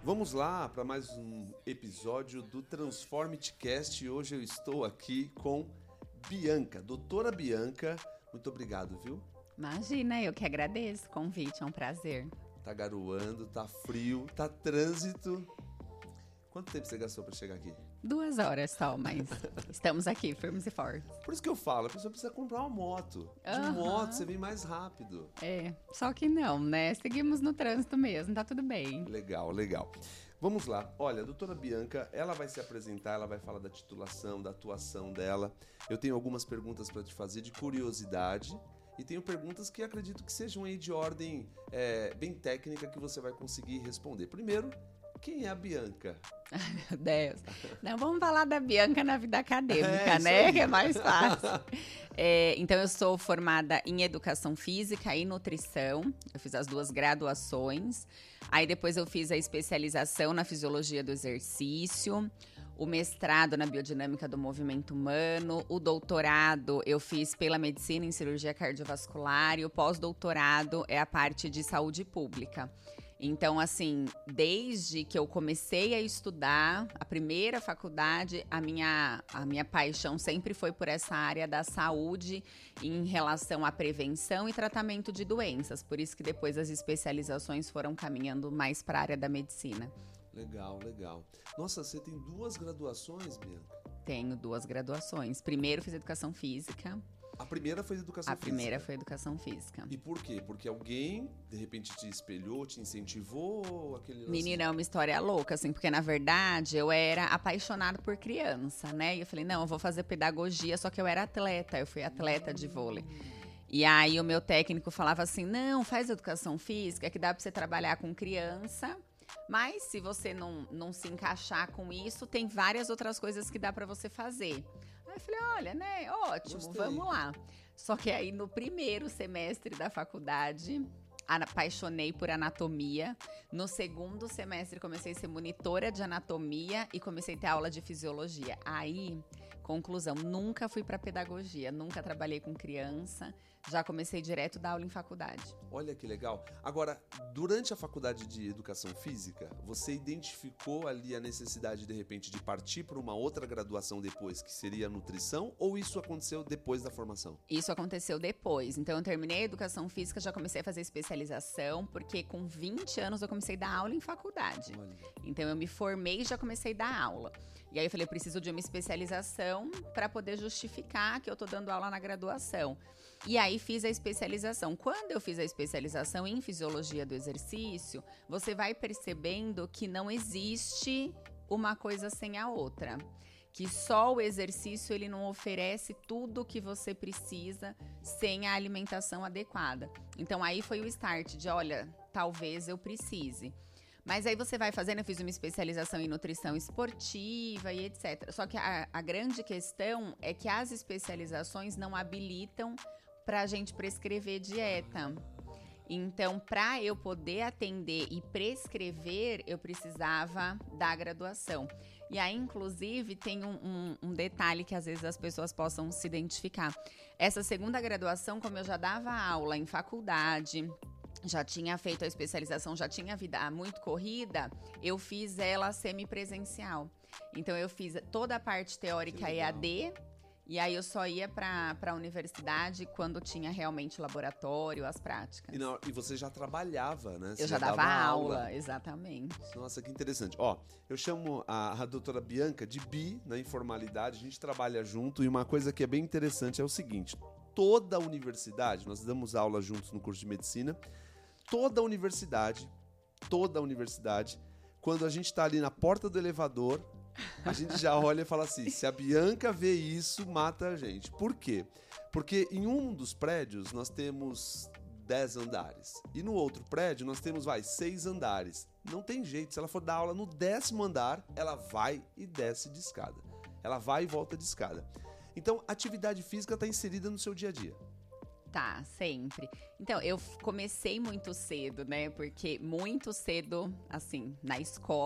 Vamos lá para mais um episódio do Transformity Cast e hoje eu estou aqui com Bianca, doutora Bianca. Muito obrigado, viu? Imagina, eu que agradeço o convite, é um prazer. Tá garoando, tá frio, tá trânsito. Quanto tempo você gastou para chegar aqui? 2 horas só, mas estamos aqui, firmes e fortes. Por isso que eu falo, a pessoa precisa comprar uma moto. De moto você vem mais rápido. Só que não, né? Seguimos no trânsito mesmo, tá tudo bem. Legal, legal. Vamos lá. Olha, a doutora Bianca, ela vai se apresentar, ela vai falar da titulação, da atuação dela. Eu tenho algumas perguntas para te fazer de curiosidade. E tenho perguntas que acredito que sejam aí de ordem bem técnica que você vai conseguir responder. Primeiro, quem é a Bianca? Ai, meu Deus. Não, vamos falar da Bianca na vida acadêmica, né? Que é mais fácil. Então, eu sou formada em Educação Física e Nutrição. Eu fiz as 2 graduações. Aí, depois eu fiz a especialização na Fisiologia do Exercício. O mestrado na Biodinâmica do Movimento Humano. O doutorado eu fiz pela Medicina em Cirurgia Cardiovascular. E o pós-doutorado é a parte de Saúde Pública. Então, assim, desde que eu comecei a estudar, a primeira faculdade, a minha paixão sempre foi por essa área da saúde em relação à prevenção e tratamento de doenças. Por isso que depois as especializações foram caminhando mais para a área da medicina. Legal, legal. Nossa, você tem 2 graduações, Bianca? Tenho 2 graduações. Primeiro fiz Educação Física. A primeira foi Educação Física? A primeira foi Educação Física. E por quê? Porque alguém, de repente, te espelhou, te incentivou? Menina, é uma história louca, assim, porque na verdade eu era apaixonada por criança, né? E eu falei, não, eu vou fazer pedagogia, só que eu era atleta, eu fui atleta de vôlei. E aí o meu técnico falava assim, não, faz Educação Física, que dá pra você trabalhar com criança, mas se você não se encaixar com isso, tem várias outras coisas que dá pra você fazer. Aí eu falei, olha, né, ótimo, Gostei. Vamos lá. Só que aí no primeiro semestre da faculdade, apaixonei por anatomia. No segundo semestre comecei a ser monitora de anatomia e comecei a ter aula de fisiologia. Aí, conclusão, nunca fui para pedagogia, nunca trabalhei com criança. Já comecei direto da aula em faculdade. Olha que legal. Agora, durante a faculdade de Educação Física, você identificou ali a necessidade, de repente, de partir para uma outra graduação depois, que seria a nutrição, ou isso aconteceu depois da formação? Isso aconteceu depois. Então, eu terminei a Educação Física, já comecei a fazer especialização, porque com 20 anos eu comecei a dar aula em faculdade. Olha. Então, eu me formei e já comecei a dar aula. E aí eu falei, eu preciso de uma especialização para poder justificar que eu tô dando aula na graduação. E aí fiz a especialização. Quando eu fiz a especialização em Fisiologia do Exercício, você vai percebendo que não existe uma coisa sem a outra. Que só o exercício ele não oferece tudo o que você precisa sem a alimentação adequada. Então aí foi o start de, olha, talvez eu precise. Mas aí você vai fazendo, eu fiz uma especialização em nutrição esportiva e etc. Só que a grande questão é que as especializações não habilitam para a gente prescrever dieta. Então, para eu poder atender e prescrever, eu precisava da graduação. E aí, inclusive, tem um detalhe que às vezes as pessoas possam se identificar. Essa segunda graduação, como eu já dava aula em faculdade, já tinha feito a especialização, já tinha vida muito corrida, eu fiz ela semipresencial. Então, eu fiz toda a parte teórica EAD, e aí eu só ia para a universidade quando tinha realmente laboratório, as práticas. E você já trabalhava, né? Eu já dava aula, exatamente. Nossa, que interessante. Ó, eu chamo a doutora Bianca de Bi na informalidade, a gente trabalha junto e uma coisa que é bem interessante é o seguinte, toda a universidade, nós damos aula juntos no curso de medicina, toda a universidade, quando a gente tá ali na porta do elevador, a gente já olha e fala assim, se a Bianca vê isso, mata a gente. Por quê? Porque em um dos prédios nós temos 10 andares. E no outro prédio nós temos, 6 andares. Não tem jeito, se ela for dar aula no 10º andar, ela vai e desce de escada. Ela vai e volta de escada. Então, atividade física está inserida no seu dia a dia. Tá, sempre. Então, eu comecei muito cedo, né? Porque muito cedo, assim, na escola,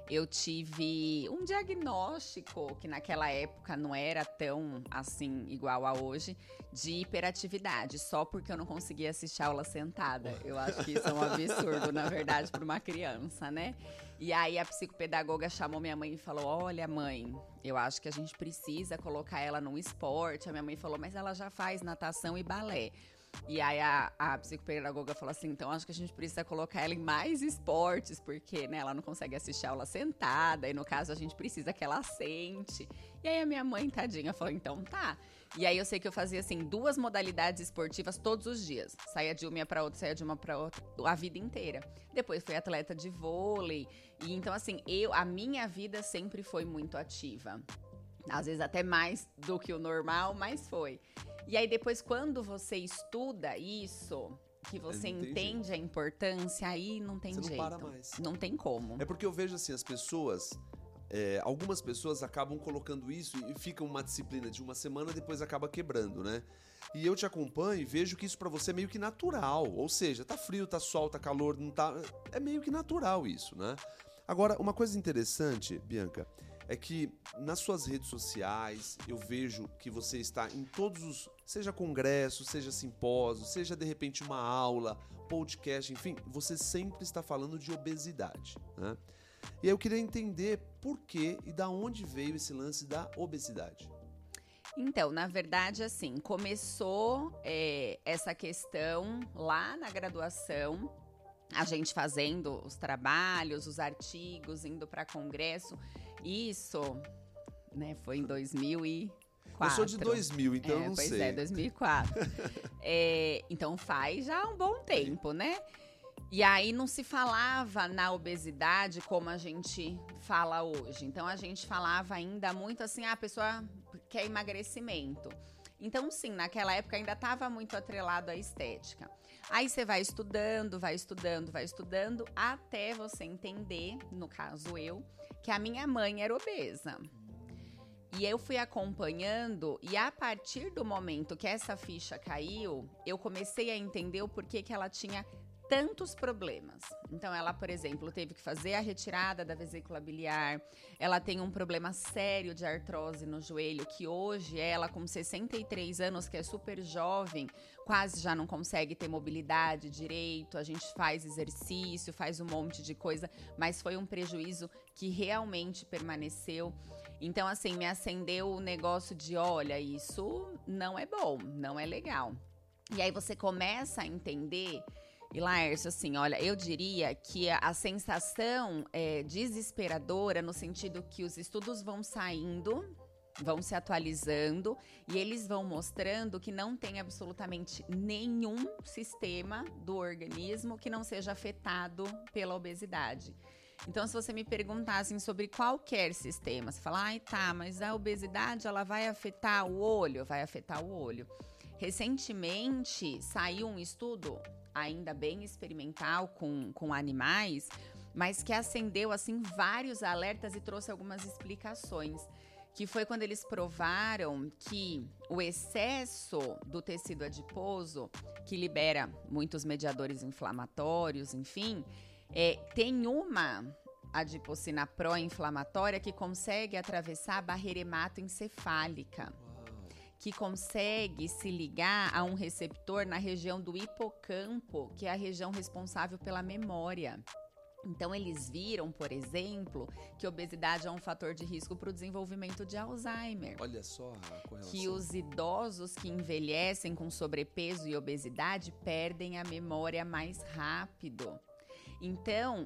eu tive um diagnóstico, que naquela época não era tão, assim, igual a hoje, de hiperatividade, só porque eu não conseguia assistir a aula sentada. Eu acho que isso é um absurdo, na verdade, para uma criança, né? E aí a psicopedagoga chamou minha mãe e falou, olha, mãe, eu acho que a gente precisa colocar ela num esporte. A minha mãe falou, mas ela já faz natação e balé. E aí a psicopedagoga falou assim, então acho que a gente precisa colocar ela em mais esportes, porque, né, ela não consegue assistir a aula sentada, e no caso a gente precisa que ela sente. E aí a minha mãe, tadinha, falou, então tá. E aí eu sei que eu fazia, assim, 2 modalidades esportivas todos os dias. Saía de uma pra outra, saía de uma pra outra, a vida inteira. Depois fui atleta de vôlei. E então, assim, a minha vida sempre foi muito ativa. Às vezes até mais do que o normal, mas foi. E aí depois, quando você estuda isso, que você entende a importância, aí não tem jeito. Você não para mais. Não tem como. É porque eu vejo assim, as pessoas... algumas pessoas acabam colocando isso e fica uma disciplina de uma semana, depois acaba quebrando, né? E eu te acompanho e vejo que isso pra você é meio que natural. Ou seja, tá frio, tá sol, tá calor, não tá... É meio que natural isso, né? Agora, uma coisa interessante, Bianca, é que nas suas redes sociais eu vejo que você está em todos os... Seja congresso, seja simpósio, seja de repente uma aula, podcast, enfim, você sempre está falando de obesidade, né? E aí eu queria entender por que e da onde veio esse lance da obesidade. Então, na verdade, assim, começou essa questão lá na graduação, a gente fazendo os trabalhos, os artigos, indo para congresso. Isso, né, foi em 2004. Eu sou de 2000, então eu não sei. Pois é, 2004. Então faz já um bom tempo, né? E aí não se falava na obesidade como a gente fala hoje. Então a gente falava ainda muito assim, a pessoa quer emagrecimento. Então sim, naquela época ainda estava muito atrelado à estética. Aí você vai estudando, até você entender, no caso eu, que a minha mãe era obesa. E eu fui acompanhando, e a partir do momento que essa ficha caiu, eu comecei a entender o porquê que ela tinha tantos problemas. Então ela, por exemplo, teve que fazer a retirada da vesícula biliar, ela tem um problema sério de artrose no joelho, que hoje ela, com 63 anos, que é super jovem, quase já não consegue ter mobilidade direito, a gente faz exercício, faz um monte de coisa, mas foi um prejuízo que realmente permaneceu. Então, assim, me acendeu o negócio de, olha, isso não é bom, não é legal. E aí você começa a entender... E Laércio, assim, olha, eu diria que a sensação é desesperadora no sentido que os estudos vão saindo, vão se atualizando e eles vão mostrando que não tem absolutamente nenhum sistema do organismo que não seja afetado pela obesidade. Então, se você me perguntasse sobre qualquer sistema, você fala, ai, tá, mas a obesidade, ela vai afetar o olho? Vai afetar o olho. Recentemente, saiu um estudo, ainda bem experimental, com animais, mas que acendeu, assim, vários alertas e trouxe algumas explicações. Que foi quando eles provaram que o excesso do tecido adiposo, que libera muitos mediadores inflamatórios, enfim, tem uma adipocina pró-inflamatória que consegue atravessar a barreira hematoencefálica, que consegue se ligar a um receptor na região do hipocampo, que é a região responsável pela memória. Então, eles viram, por exemplo, que obesidade é um fator de risco para o desenvolvimento de Alzheimer. Olha só a correlação. Que os idosos que envelhecem com sobrepeso e obesidade perdem a memória mais rápido. Então,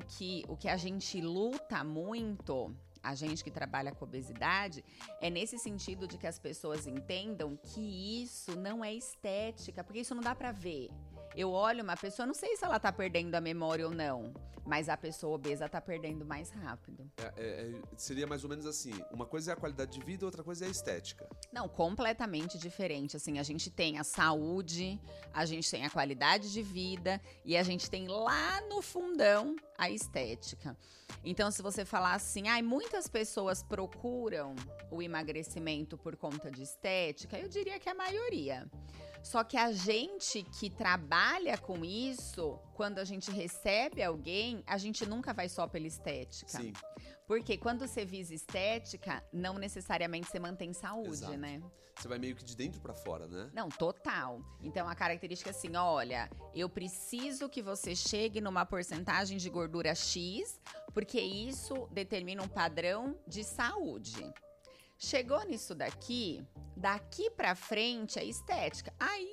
o que a gente luta muito, a gente que trabalha com obesidade, é nesse sentido de que as pessoas entendam que isso não é estética, porque isso não dá pra ver. Eu olho uma pessoa, não sei se ela tá perdendo a memória ou não, mas a pessoa obesa tá perdendo mais rápido. Seria mais ou menos assim, uma coisa é a qualidade de vida, outra coisa é a estética. Não, completamente diferente. Assim, a gente tem a saúde, a gente tem a qualidade de vida e a gente tem lá no fundão a estética. Então, se você falar assim, muitas pessoas procuram o emagrecimento por conta de estética, eu diria que a maioria. Só que a gente que trabalha com isso, quando a gente recebe alguém, a gente nunca vai só pela estética. Sim. Porque quando você visa estética, não necessariamente você mantém saúde, Exato. né? Você vai meio que de dentro pra fora, né? Não, total. Então, a característica é assim, olha, eu preciso que você chegue numa porcentagem de gordura X, porque isso determina um padrão de saúde. Chegou nisso daqui pra frente é estética. Aí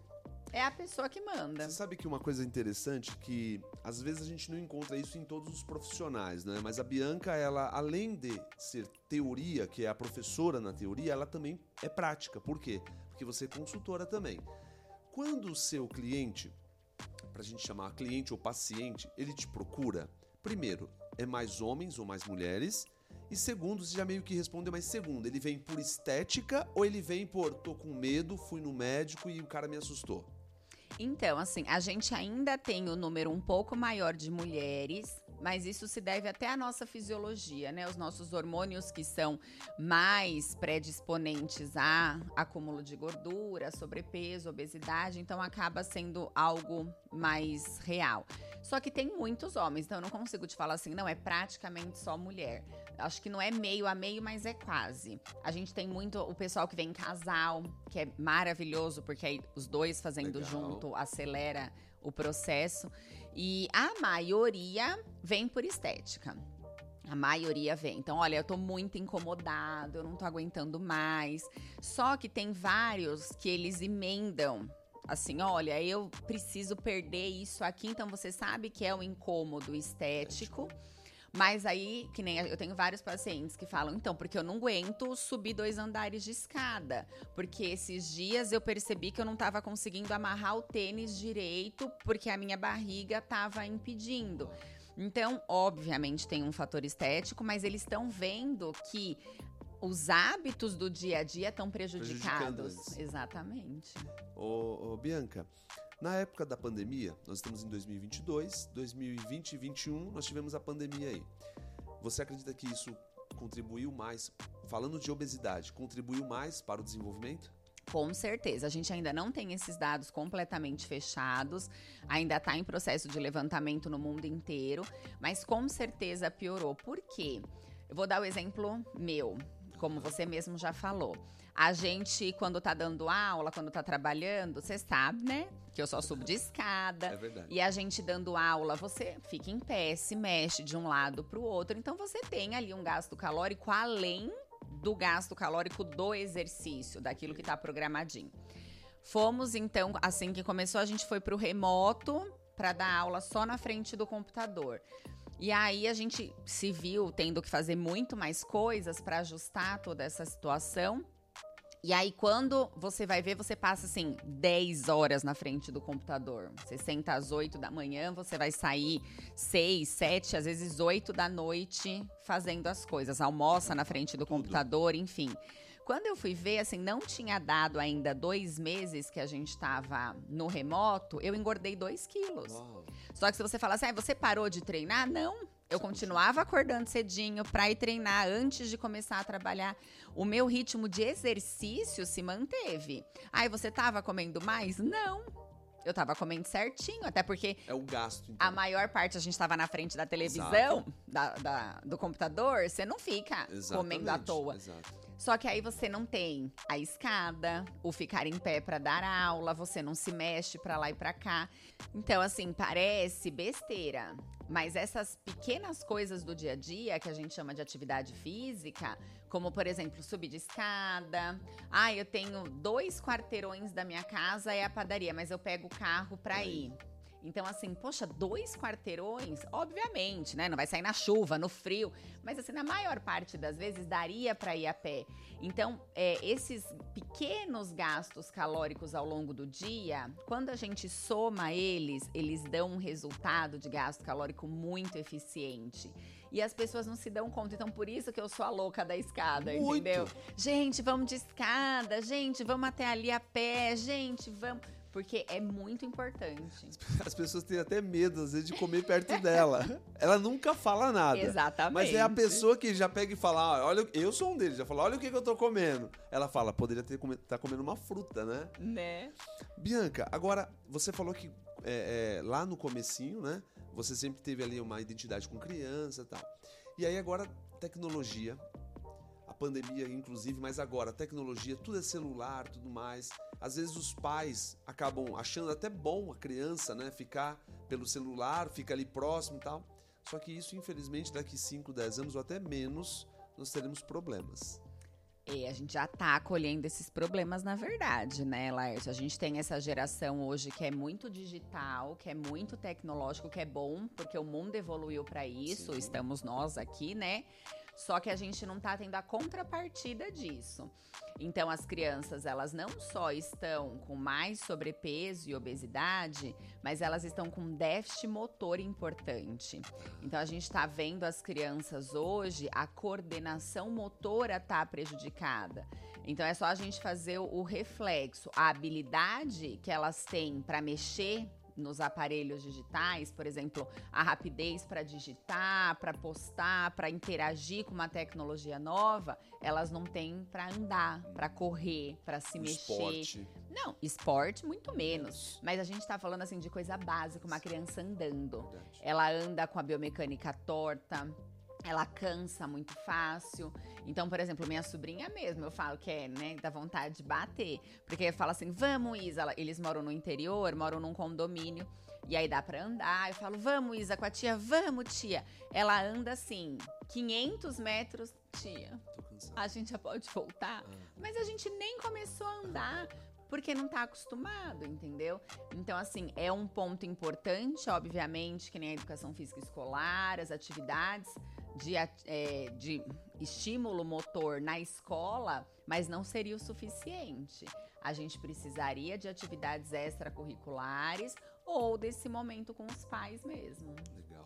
é a pessoa que manda. Você sabe que uma coisa interessante que às vezes a gente não encontra isso em todos os profissionais, né? Mas a Bianca, ela, além de ser teoria, que é a professora na teoria, ela também é prática. Por quê? Porque você é consultora também. Quando o seu cliente, pra gente chamar cliente ou paciente, ele te procura, primeiro, é mais homens ou mais mulheres? E segundo, você já meio que responde, mas segundo, ele vem por estética ou ele vem por tô com medo, fui no médico e o cara me assustou? Então, assim, a gente ainda tem um número um pouco maior de mulheres, mas isso se deve até à nossa fisiologia, né? Os nossos hormônios que são mais predisponentes a acúmulo de gordura, sobrepeso, obesidade, então acaba sendo algo mais real. Só que tem muitos homens, então eu não consigo te falar assim, não, é praticamente só mulher. Acho que não é meio a meio, mas é quase. A gente tem muito o pessoal que vem em casal, que é maravilhoso, porque aí os dois fazendo Legal. junto acelera o processo. E a maioria vem por estética. A maioria vem. Então, olha, eu tô muito incomodado, eu não tô aguentando mais. Só que tem vários que eles emendam. Assim, olha, eu preciso perder isso aqui, então você sabe que é um incômodo estético. Mas aí, que nem eu tenho vários pacientes que falam, então, porque eu não aguento subir 2 andares de escada. Porque esses dias eu percebi que eu não estava conseguindo amarrar o tênis direito, porque a minha barriga estava impedindo. Então, obviamente, tem um fator estético, mas eles estão vendo que os hábitos do dia a dia estão prejudicados. Prejudicando eles. Exatamente. Ô, Bianca, na época da pandemia, nós estamos em 2022, 2020 e 2021, nós tivemos a pandemia aí. Você acredita que isso contribuiu mais, falando de obesidade, contribuiu mais para o desenvolvimento? Com certeza. A gente ainda não tem esses dados completamente fechados, ainda está em processo de levantamento no mundo inteiro, mas com certeza piorou. Por quê? Eu vou dar o exemplo meu, como você mesmo já falou. A gente, quando tá dando aula, quando tá trabalhando, você sabe, né? Que eu só subo de escada. É verdade. E a gente dando aula, você fica em pé, se mexe de um lado pro outro. Então, você tem ali um gasto calórico além do gasto calórico do exercício, daquilo que tá programadinho. Fomos, então, assim que começou, a gente foi pro remoto para dar aula só na frente do computador. E aí a gente se viu tendo que fazer muito mais coisas para ajustar toda essa situação. E aí, quando você vai ver, você passa, assim, 10 horas na frente do computador. Você senta às 8 da manhã, você vai sair 6, 7, às vezes 8 da noite fazendo as coisas. Almoça na frente do computador, enfim. Quando eu fui ver, assim, não tinha dado ainda 2 meses que a gente tava no remoto, eu engordei 2 quilos. Uau. Só que se você falar assim, você parou de treinar? Não. Eu continuava acordando cedinho pra ir treinar antes de começar a trabalhar. O meu ritmo de exercício se manteve. Aí você tava comendo mais? Não. Eu tava comendo certinho, até porque É o gasto, então. a maior parte a gente tava na frente da televisão, do computador, você não fica comendo à toa. Exato. Só que aí você não tem a escada, o ficar em pé pra dar aula, você não se mexe pra lá e pra cá. Então, assim, parece besteira, mas essas pequenas coisas do dia a dia, que a gente chama de atividade física, como, por exemplo, subir de escada. Ah, eu tenho 2 quarteirões da minha casa, é a padaria, mas eu pego o carro pra ir. Então, assim, poxa, 2 quarteirões, obviamente, né? Não vai sair na chuva, no frio. Mas, assim, na maior parte das vezes, daria para ir a pé. Então, esses pequenos gastos calóricos ao longo do dia, quando a gente soma eles dão um resultado de gasto calórico muito eficiente. E as pessoas não se dão conta. Então, por isso que eu sou a louca da escada, Muito. entendeu? Gente, vamos de escada. Gente, vamos até ali a pé. Gente, vamos... Porque é muito importante. As pessoas têm até medo, às vezes, de comer perto dela. Ela nunca fala nada. Exatamente. Mas é a pessoa que já pega e fala, ah, olha, eu sou um deles, já fala, olha o que eu tô comendo. Ela fala, poderia tá comendo uma fruta, né? Né? Bianca, agora, você falou que lá no comecinho, né? Você sempre teve ali uma identidade com criança e tal. E aí agora, tecnologia, a pandemia inclusive, mas agora, tecnologia, tudo é celular, tudo mais. Às vezes os pais acabam achando até bom a criança, né? Ficar pelo celular, fica ali próximo e tal. Só que isso, infelizmente, daqui 5, 10 anos ou até menos, nós teremos problemas. A gente já tá colhendo esses problemas, na verdade, né, Laércio? A gente tem essa geração hoje que é muito digital, que é muito tecnológico, que é bom, porque o mundo evoluiu para isso, estamos nós aqui, né? Só que a gente não tá tendo a contrapartida disso. Então, as crianças, elas não só estão com mais sobrepeso e obesidade, mas elas estão com déficit motor importante. Então, a gente tá vendo as crianças hoje, a coordenação motora tá prejudicada. Então, é só a gente fazer o reflexo. A habilidade que elas têm para mexer nos aparelhos digitais, por exemplo, a rapidez para digitar, para postar, para interagir com uma tecnologia nova, elas não têm para andar, para correr, para se mexer. Esporte. Não, esporte muito menos. Mas a gente tá falando assim de coisa básica, uma criança andando. Verdade. Ela anda com a biomecânica torta. Ela cansa muito fácil. Então, por exemplo, minha sobrinha mesmo, eu falo que dá vontade de bater. Porque eu falo assim, vamos, Isa. Eles moram no interior, moram num condomínio. E aí dá pra andar. Eu falo, vamos, Isa, com a tia. Vamos, tia. Ela anda assim, 500 metros. Tia, Tô cansado. a gente já pode voltar? Mas a gente nem começou a andar. Porque não tá acostumado, entendeu? Então, assim, é um ponto importante, obviamente, que nem a educação física escolar, as atividades de estímulo motor na escola, mas não seria o suficiente. A gente precisaria de atividades extracurriculares ou desse momento com os pais mesmo. Legal.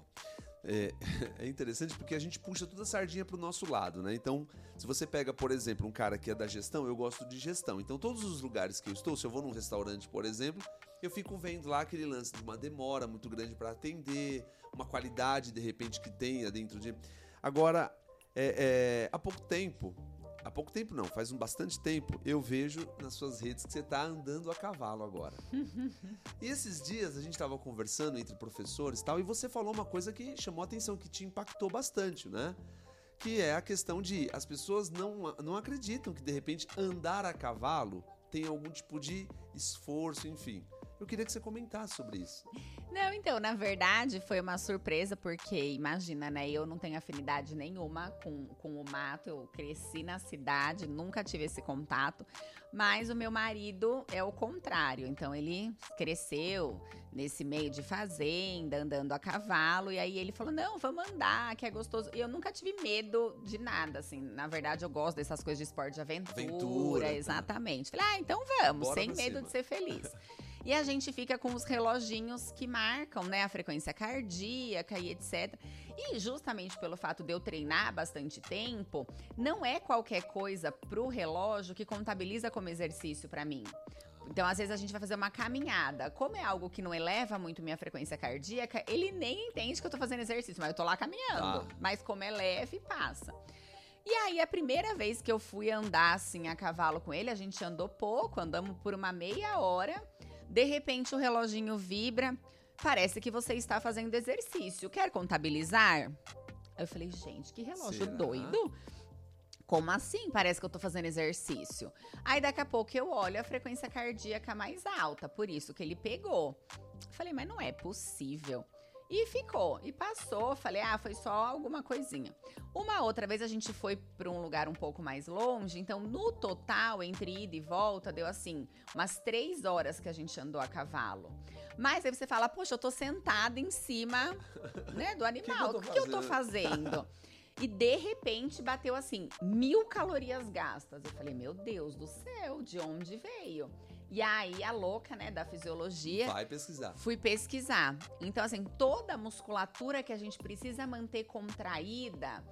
É interessante porque a gente puxa toda a sardinha pro nosso lado, né? Então, se você pega, por exemplo, um cara que é da gestão, eu gosto de gestão. Então, todos os lugares que eu estou, se eu vou num restaurante, por exemplo, eu fico vendo lá aquele lance de uma demora muito grande para atender, uma qualidade, de repente, que tenha dentro de... Agora, há pouco tempo não, faz bastante tempo, eu vejo nas suas redes que você tá andando a cavalo agora. E esses dias a gente tava conversando entre professores e tal, e você falou uma coisa que chamou a atenção, que te impactou bastante, né? Que é a questão de as pessoas não acreditam que de repente andar a cavalo tem algum tipo de esforço, enfim. Eu queria que você comentasse sobre isso. Não, então, na verdade, foi uma surpresa, porque, imagina, né, eu não tenho afinidade nenhuma com o mato, eu cresci na cidade, nunca tive esse contato, mas o meu marido é o contrário, então ele cresceu nesse meio de fazenda, andando a cavalo, e aí ele falou, não, vamos andar, que é gostoso. E eu nunca tive medo de nada, assim, na verdade eu gosto dessas coisas de esporte de aventura, exatamente. Falei, então vamos, bora sem medo de ser feliz. E a gente fica com os reloginhos que marcam, né, a frequência cardíaca e etc. E justamente pelo fato de eu treinar bastante tempo, não é qualquer coisa pro relógio que contabiliza como exercício pra mim. Então, às vezes, a gente vai fazer uma caminhada. Como é algo que não eleva muito minha frequência cardíaca, ele nem entende que eu tô fazendo exercício, mas eu tô lá caminhando. Mas como é leve, passa. E aí, a primeira vez que eu fui andar, assim, a cavalo com ele, a gente andou pouco, andamos por uma meia hora. De repente, o reloginho vibra. Parece que você está fazendo exercício. Quer contabilizar? Eu falei, gente, que relógio doido. Como assim? Parece que eu tô fazendo exercício. Aí, daqui a pouco, eu olho a frequência cardíaca mais alta. Por isso que ele pegou. Eu falei, mas não é possível. E ficou, e passou, falei, foi só alguma coisinha. Uma outra vez a gente foi para um lugar um pouco mais longe, então no total, entre ida e volta, deu assim, umas 3 horas que a gente andou a cavalo. Mas aí você fala, poxa, eu tô sentada em cima, né, do animal, o que eu tô fazendo? E de repente bateu assim, 1000 calorias gastas. Eu falei, meu Deus do céu, de onde veio? E aí, a louca, né, da fisiologia... Vai pesquisar. Fui pesquisar. Então, assim, toda a musculatura que a gente precisa manter contraída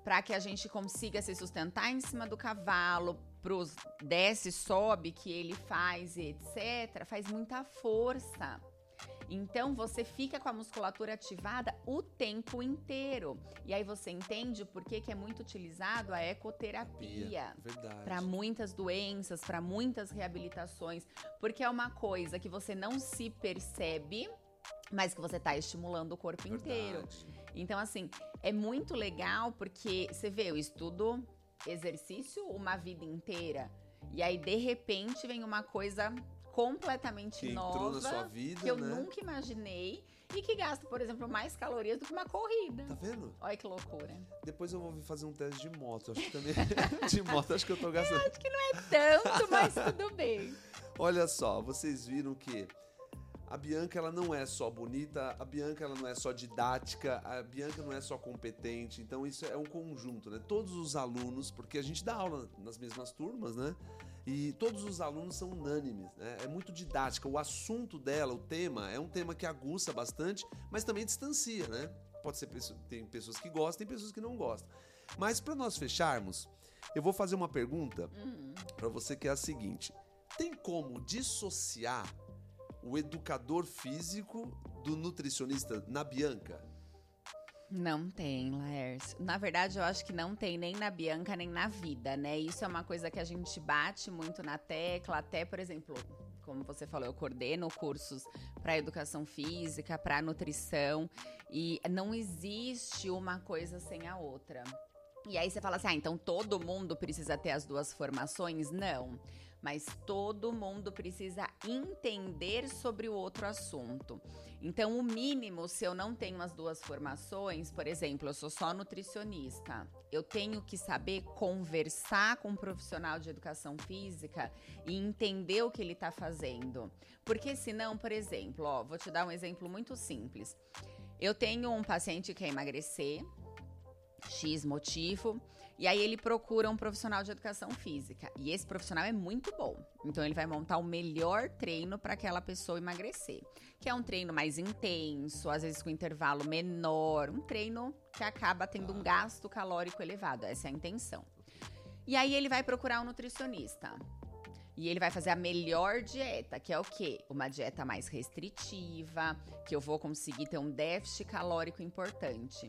para que a gente consiga se sustentar em cima do cavalo, pros desce, sobe, que ele faz, etc., faz muita força. Então, você fica com a musculatura ativada o tempo inteiro. E aí você entende por que é muito utilizado a ecoterapia. Verdade. Para muitas doenças, para muitas reabilitações. Porque é uma coisa que você não se percebe, mas que você está estimulando o corpo inteiro. Então, assim, é muito legal porque você vê, eu estudo exercício uma vida inteira. E aí, de repente, vem uma coisa completamente que nova, entrou na sua vida, que eu né? nunca imaginei e que gasta, por exemplo, mais calorias do que uma corrida. Tá vendo? Olha que loucura. Depois eu vou fazer um teste de moto. Acho que também de moto acho que eu tô gastando. Acho que não é tanto, mas tudo bem. Olha só, vocês viram que a Bianca, ela não é só bonita, a Bianca, ela não é só didática, a Bianca não é só competente, então isso é um conjunto, né? Todos os alunos, porque a gente dá aula nas mesmas turmas, né? E todos os alunos são unânimes, né? É muito didática, o assunto dela, o tema, é um tema que aguça bastante, mas também distancia, né? Pode ser, tem pessoas que gostam, tem pessoas que não gostam. Mas para nós fecharmos, eu vou fazer uma pergunta para você que é a seguinte: tem como dissociar o educador físico do nutricionista na Bianca? Não tem, Laércio. Na verdade, eu acho que não tem nem na Bianca, nem na vida, né? Isso é uma coisa que a gente bate muito na tecla. Até, por exemplo, como você falou, eu coordeno cursos para educação física, para nutrição. E não existe uma coisa sem a outra. E aí você fala assim, então todo mundo precisa ter as duas formações? Não. Mas todo mundo precisa entender sobre o outro assunto. Então, o mínimo, se eu não tenho as duas formações, por exemplo, eu sou só nutricionista, eu tenho que saber conversar com um profissional de educação física e entender o que ele está fazendo. Porque senão, por exemplo, vou te dar um exemplo muito simples. Eu tenho um paciente que quer emagrecer, X motivo, e aí ele procura um profissional de educação física. E esse profissional é muito bom. Então ele vai montar o melhor treino para aquela pessoa emagrecer. Que é um treino mais intenso, às vezes com intervalo menor, um treino que acaba tendo um gasto calórico elevado. Essa é a intenção. E aí ele vai procurar um nutricionista. E ele vai fazer a melhor dieta, que é o quê? Uma dieta mais restritiva, que eu vou conseguir ter um déficit calórico importante.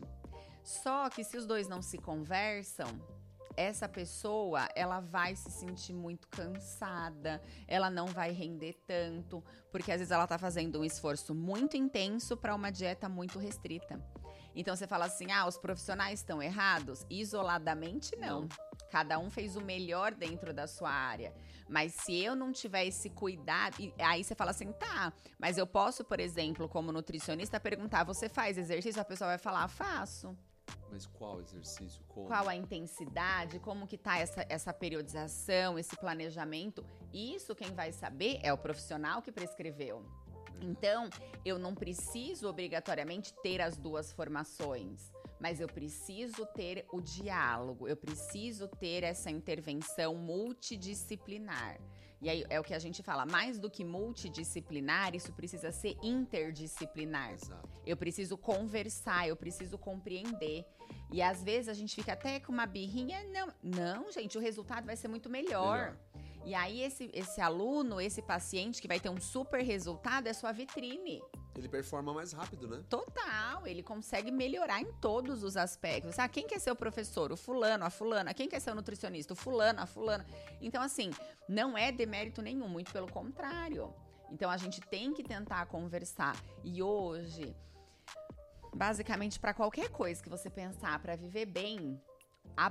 Só que se os dois não se conversam, essa pessoa, ela vai se sentir muito cansada, ela não vai render tanto, porque às vezes ela tá fazendo um esforço muito intenso para uma dieta muito restrita. Então você fala assim, os profissionais estão errados? Isoladamente não. Cada um fez o melhor dentro da sua área. Mas se eu não tiver esse cuidado, aí você fala assim, tá, mas eu posso, por exemplo, como nutricionista, perguntar, você faz exercício? A pessoa vai falar, faço. Mas qual exercício? Como? Qual a intensidade? Como que tá essa periodização, esse planejamento? Isso quem vai saber é o profissional que prescreveu. Então, eu não preciso obrigatoriamente ter as duas formações, mas eu preciso ter o diálogo, eu preciso ter essa intervenção multidisciplinar. E aí é o que a gente fala, mais do que multidisciplinar, isso precisa ser interdisciplinar. Exato. Eu preciso conversar, eu preciso compreender. E às vezes a gente fica até com uma birrinha, não, gente, o resultado vai ser muito melhor. E aí esse aluno, esse paciente que vai ter um super resultado é sua vitrine. Ele performa mais rápido, né? Total, ele consegue melhorar em todos os aspectos. Quem quer ser o professor? O fulano, a fulana. Quem quer ser o nutricionista? O fulano, a fulana. Então, assim, não é demérito nenhum, muito pelo contrário. Então, a gente tem que tentar conversar. E hoje, basicamente, para qualquer coisa que você pensar para viver bem, a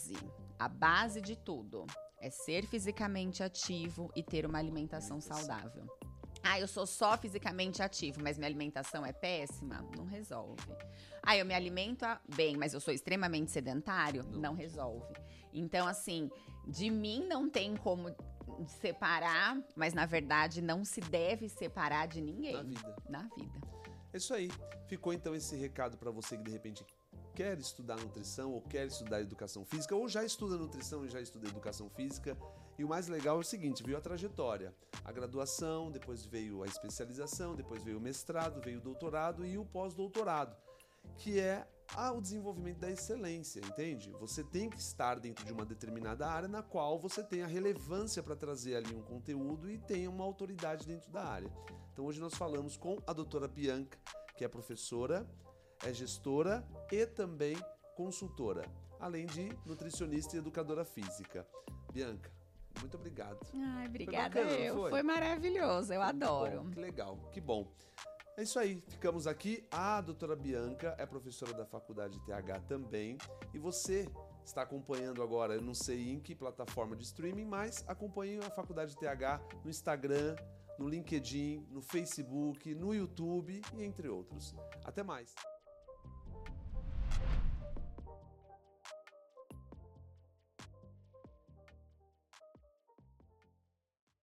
base de tudo é ser fisicamente ativo e ter uma alimentação saudável. Eu sou só fisicamente ativo, mas minha alimentação é péssima? Não resolve. Eu me alimento bem, mas eu sou extremamente sedentário? Não resolve. Então, assim, de mim não tem como separar, mas na verdade não se deve separar de ninguém. Na vida. É isso aí. Ficou então esse recado para você que de repente quer estudar nutrição ou quer estudar educação física ou já estuda nutrição e já estuda educação física. E o mais legal é o seguinte, veio a trajetória, a graduação, depois veio a especialização, depois veio o mestrado, veio o doutorado e o pós-doutorado, que é o desenvolvimento da excelência, entende? Você tem que estar dentro de uma determinada área na qual você tem a relevância para trazer ali um conteúdo e tenha uma autoridade dentro da área. Então hoje nós falamos com a doutora Bianca, que é professora, é gestora e também consultora, além de nutricionista e educadora física. Bianca, muito obrigado. Ai, obrigada. Foi bacana, Foi maravilhoso, eu adoro. Bom, que legal, que bom. É isso aí, ficamos aqui. A doutora Bianca é professora da Faculdade TH também. E você está acompanhando agora, eu não sei em que plataforma de streaming, mas acompanhe a Faculdade TH no Instagram, no LinkedIn, no Facebook, no YouTube e entre outros. Até mais!